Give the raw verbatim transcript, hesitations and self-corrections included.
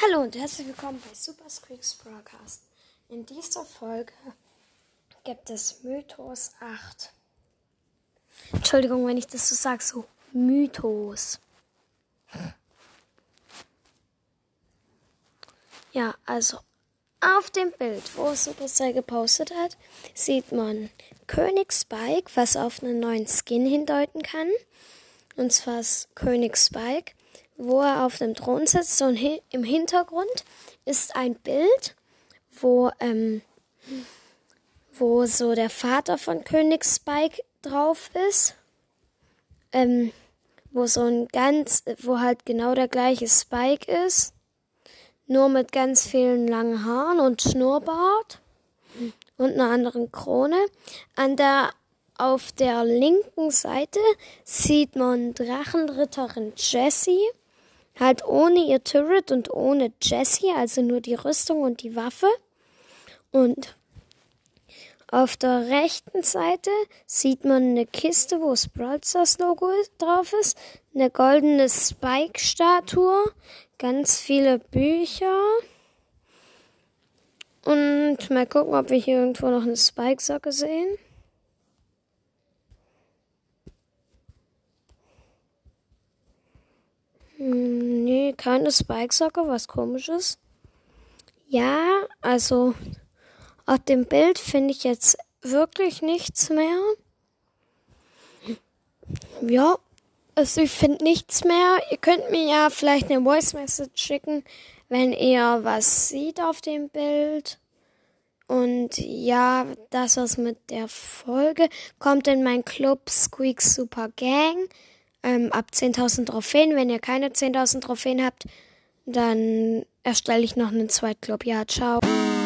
Hallo und herzlich willkommen bei Super Squeaks Broadcast. In dieser Folge gibt es Mythos acht. Entschuldigung, wenn ich das so sage, so Mythos. Ja, also auf dem Bild, wo Supercell gepostet hat, sieht man König Spike, was auf einen neuen Skin hindeuten kann. Und zwar ist König Spike, wo er auf dem Thron sitzt und hi- im Hintergrund ist ein Bild, wo, ähm, wo so der Vater von König Spike drauf ist. Ähm, wo so ein ganz, wo halt genau der gleiche Spike ist. Nur mit ganz vielen langen Haaren und Schnurrbart und einer anderen Krone. An der, auf der linken Seite sieht man Drachenritterin Jessie, halt ohne ihr Turret und ohne Jessie, also nur die Rüstung und die Waffe. Und auf der rechten Seite sieht man eine Kiste, wo das Brawl Stars Logo drauf ist, eine goldene Spike-Statue, ganz viele Bücher und mal gucken, ob wir hier irgendwo noch eine Spike-Socke sehen. Hm, nee, keine Spike-Socke, was Komisches. Ja, also auf dem Bild finde ich jetzt wirklich nichts mehr. Ja, also ich finde nichts mehr. Ihr könnt mir ja vielleicht eine Voice Message schicken, wenn ihr was seht auf dem Bild. Und ja, das war's mit der Folge. Kommt in meinen Club Squeaks Super Gang. Ähm, ab zehntausend Trophäen. Wenn ihr keine zehntausend Trophäen habt, dann erstelle ich noch einen Zweitclub. Ja, ciao.